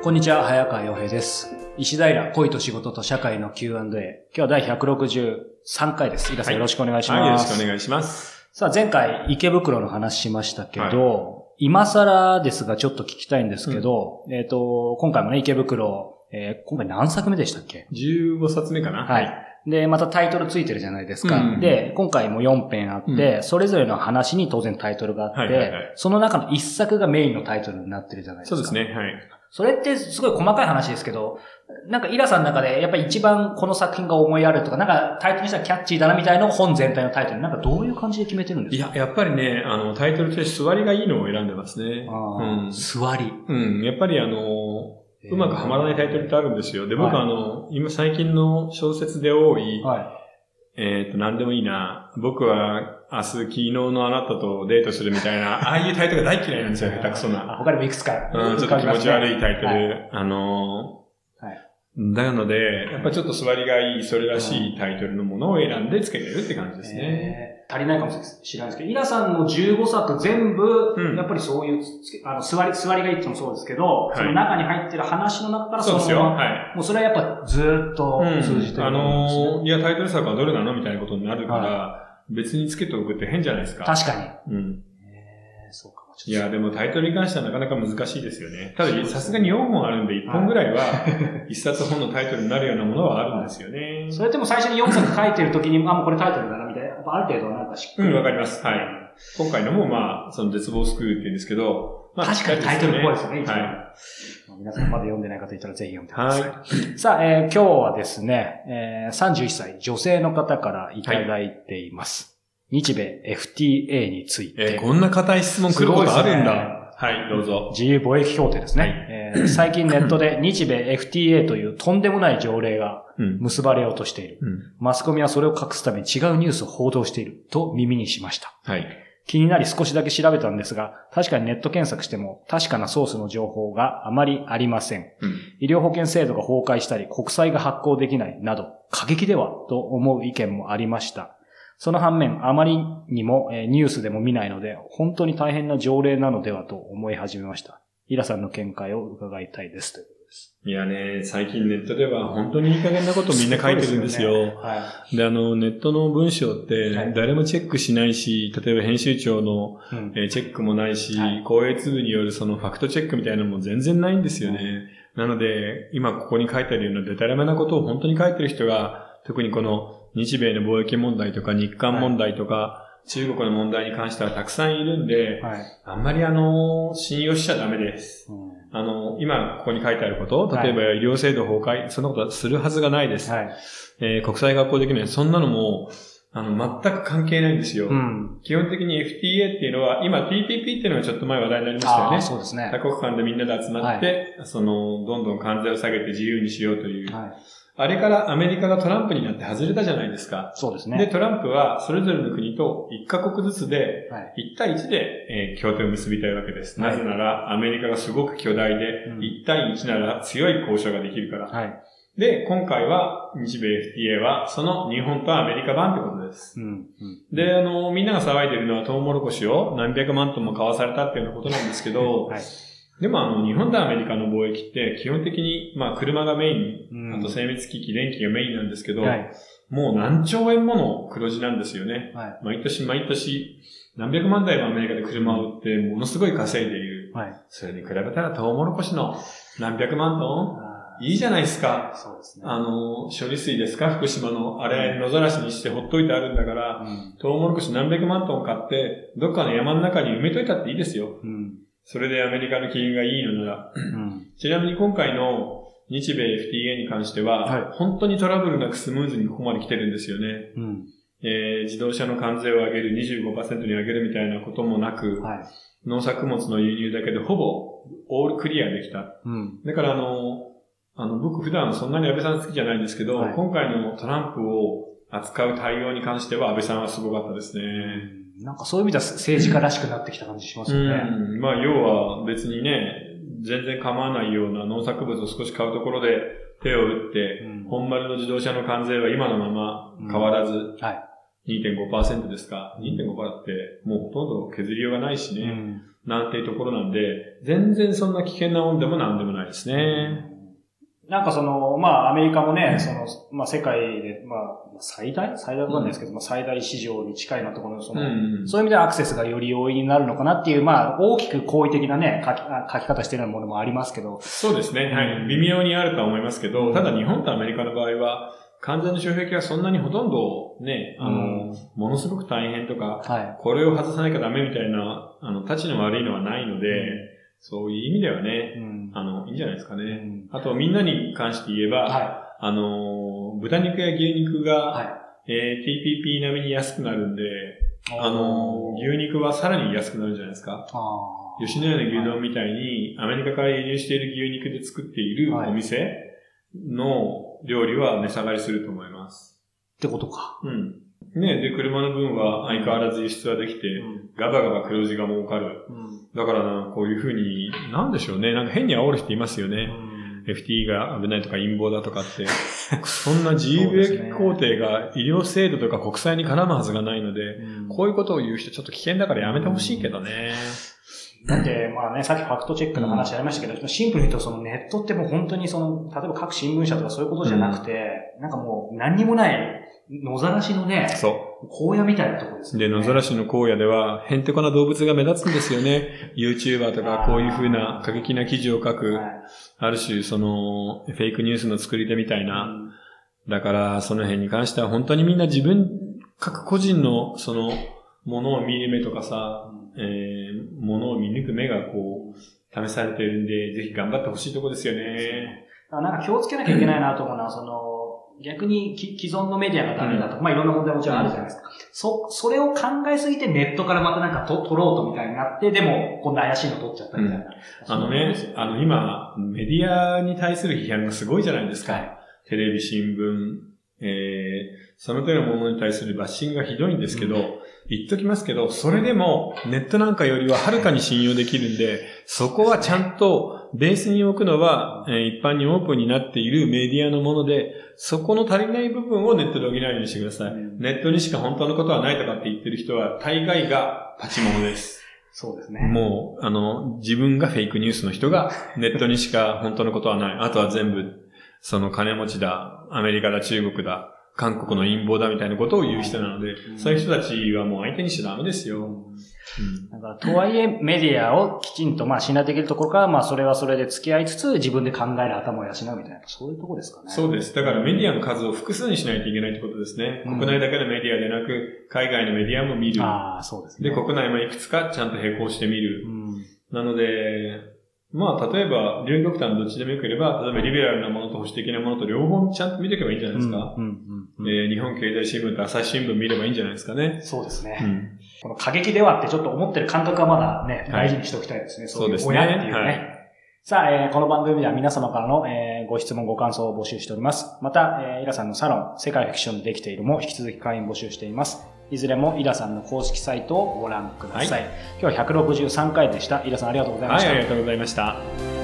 こんにちは、早川洋平です。石平、恋と仕事と社会の Q&A。今日は第163回です。井田さん、よろしくお願いします。 はい、よろしくお願いします。 さあ、前回池袋の話しましたけど、今更ですがちょっと聞きたいんですけど、今回もね、池袋、今回何作目でしたっけ？ 15 冊目かな。 はい。で、またタイトルついてるじゃないですか。で、今回も4編あって、それぞれの話に当然タイトルがあって、その中の1作がメインのタイトルになってるじゃないですか。 そうですね、はい。 それってすごい細かい話ですけど、なんかイラさんの中でやっぱり一番この作品が思いあるとか、なんかタイトルにしたらキャッチーだなみたいな本全体のタイトル、なんかどういう感じで決めてるんですか？ いや、やっぱりね、タイトルとして座りがいいのを選んでますね。 座り。 やっぱりうまくはまらないタイトルってあるんですよ。で、僕今最近の小説で多い、なんでもいいな。僕は明日昨日のあなたとデートするみたいな、ああいうタイトルが大嫌いなんですよ、下手くそな。 他にもいくつか。 ちょっと気持ち悪いタイトル。なので、やっぱちょっと座りがいい、それらしいタイトルのものを選んでつけてるって感じですね。 足りないかもしれないですけど、イラさんの15作全部、やっぱりそういう、座りがいいってもそうですけど、その中に入ってる話の中からそうですよ。 もうそれはやっぱずーっと通じてる、 いや、タイトル作はどれなのみたいなことになるから、別につけておくって変じゃないですか。 確かに。そうかもいや、でもタイトルに関してはなかなか難しいですよね。ただ、さすがに4本あるんで1本ぐらいは、1冊本のタイトルになるようなものはあるんですよね。 それっても最初に4作書いてる時に、もうこれタイトルだなみたいな、ある程度なんかしっかり。 わかります。はい。今回のもその絶望スクールって言うんですけど、 確かにタイトルっぽいですよね、一番。皆さんまだ読んでない方いたらぜひ読んでください。さあ、今日はですね、31歳女性の方からいただいています。日米 FTA について。 こんな硬い質問来ることあるんだ。はい、どうぞ。 自由貿易協定ですね。最近ネットで日米 FTA というとんでもない条例が結ばれようとしている。マスコミはそれを隠すために違うニュースを報道していると耳にしました。気になり少しだけ調べたんですが、確かにネット検索しても確かなソースの情報があまりありません。医療保険制度が崩壊したり、国債が発行できないなど、過激ではと思う意見もありました。その反面、あまりにもニュースでも見ないので、本当に大変な条例なのではと思い始めました。イラさんの見解を伺いたいですということです。 いやね、最近ネットでは本当にいい加減なことみんな書いてるんですよ。で、ネットの文章って誰もチェックしないし、例えば編集長のチェックもないし、公越部によるそのファクトチェックみたいなのも全然ないんですよね。なので、今ここに書いてあるようなデタラメなことを本当に書いてる人が、特にこの日米の貿易問題とか日韓問題とか、中国の問題に関してはたくさんいるんで、あんまり信用しちゃダメです。今ここに書いてあること、例えば医療制度崩壊、そんなことはするはずがないです。国際学校できない。そんなのも、全く関係ないんですよ。基本的に FTA っていうのは、今 TPP っていうのがちょっと前話題になりましたよね。 そうですね。 多国間でみんなで集まって、どんどん関税を下げて自由にしようという。あれからアメリカがトランプになって外れたじゃないですか。 そうですね。 で、トランプはそれぞれの国と1カ国ずつで、1対1で、協定を結びたいわけです。なぜなら、アメリカがすごく巨大で、1対1なら強い交渉ができるから。で、今回は、日米 FTA は、その日本とアメリカ版ってことです。で、みんなが騒いでるのはトウモロコシを何百万トンも買わされたっていうようなことなんですけど、でも日本とアメリカの貿易って基本的に、車がメイン、あと精密機器、電気がメインなんですけど、もう何兆円もの黒字なんですよね。毎年何百万台もアメリカで車を売ってものすごい稼いでいる。それに比べたらトウモロコシの何百万トンいいじゃないですか。 そうですね。 処理水ですか福島の、あれ、野ざらしにしてほっといてあるんだから、トウモロコシ何百万トン買って、どっかの山の中に埋めといたっていいですよ。それでアメリカの機嫌がいいのなら。ちなみに今回の日米 FTA に関しては、本当にトラブルなくスムーズにここまで来てるんですよね。自動車の関税を上げる 25% に上げるみたいなこともなく、農作物の輸入だけでほぼオールクリアできた。だから僕普段そんなに安倍さん好きじゃないんですけど、今回のトランプを扱う対応に関しては安倍さんはすごかったですね。 なんかそういう意味では政治家らしくなってきた感じしますよね。 要は別にね、全然構わないような農作物を少し買うところで手を打って、本丸の自動車の関税は今のまま変わらず、2.5% ですか。2.5% ってもうほとんど削りようがないしね。 なんていうところなんで、全然そんな危険なもんでもなんでもないですね。 なんかアメリカもね、世界で、最大わかんないですけど、最大市場に近いなところの、そういう意味ではアクセスがより容易になるのかなっていう、大きく好意的なね、書き方してるようなものもありますけど。 そうですね。はい。微妙にあるとは思いますけど、ただ日本とアメリカの場合は、完全な障壁はそんなにほとんどね、ものすごく大変とか、これを外さなきゃダメみたいな、立ちの悪いのはないので、そういう意味ではね、いいんじゃないですかね。あと、みんなに関して言えば、豚肉や牛肉が、TPP 並みに安くなるんで、牛肉はさらに安くなるんじゃないですか。吉野家の牛丼みたいに、アメリカから輸入している牛肉で作っているお店の料理は値下がりすると思います。 ってことか。 ね、で、車の分は相変わらず輸出はできて、ガバガバ黒字が儲かる。だからこういうふうに、なんでしょうね、なんか変に煽る人いますよね。FTE が危ないとか陰謀だとかって。そんな自由貿易工程が医療制度とか国際に絡むはずがないので、こういうことを言う人ちょっと危険だからやめてほしいけどね。 だって、さっきファクトチェックの話ありましたけど、シンプルに言うとネットってもう本当に例えば各新聞社とかそういうことじゃなくて、なんかもう何にもない野ざらしのね、荒野みたいなところですね。 で、野ざらしの荒野では、へんてこな動物が目立つんですよね。YouTuber とかこういう風な過激な記事を書く、ある種フェイクニュースの作り手みたいな。だから、その辺に関しては本当にみんな各個人のものを見る目とかさ、ものを見抜く目が試されているんで、ぜひ頑張ってほしいところですよね。 なんか気をつけなきゃいけないなと思うのは、逆に既存のメディアがダメだとか、いろんな問題もちろんあるじゃないですか。それを考えすぎてネットからまたなんか取ろうとみたいになって、でも、今度怪しいの取っちゃったみたいな。 今、メディアに対する批判がすごいじゃないですか。テレビ、新聞、その手のものに対するバッシングがひどいんですけど、言っときますけど、それでもネットなんかよりははるかに信用できるんで、そこはちゃんとベースに置くのは、一般にオープンになっているメディアのもので、そこの足りない部分をネットで補うようにしてください。ネットにしか本当のことはないとかって言ってる人は大概がパチモノです。 そうですね。 もう、自分がフェイクニュースの人がネットにしか本当のことはない。あとは全部、金持ちだ、アメリカだ、中国だ、韓国の陰謀だみたいなことを言う人なので、そういう人たちはもう相手にしちゃダメですよ。 だからとはいえメディアをきちんと信頼できるところからそれはそれで付き合いつつ自分で考える頭を養うみたいなそういうところですかね。 そうです。だからメディアの数を複数にしないといけないってことですね。国内だけのメディアでなく海外のメディアも見る。 そうですね。 で国内もいくつかちゃんと並行して見る。なので例えば両極端どっちでもよければ、例えばリベラルなものと保守的なものと両方ちゃんと見ておけばいいんじゃないですか。日本経済新聞と朝日新聞見ればいいんじゃないですかね。 そうですね。この過激ではってちょっと思ってる感覚はまだね、大事にしておきたいですね。そういう親っていうね。さあ、この番組では皆様からの、ご質問ご感想を募集しております。また、イラさんのサロン、世界フィクションでできているも引き続き会員募集しています。いずれもイラさんの公式サイトをご覧ください。今日は163回でした。イラさんありがとうございました。 はい、ありがとうございました。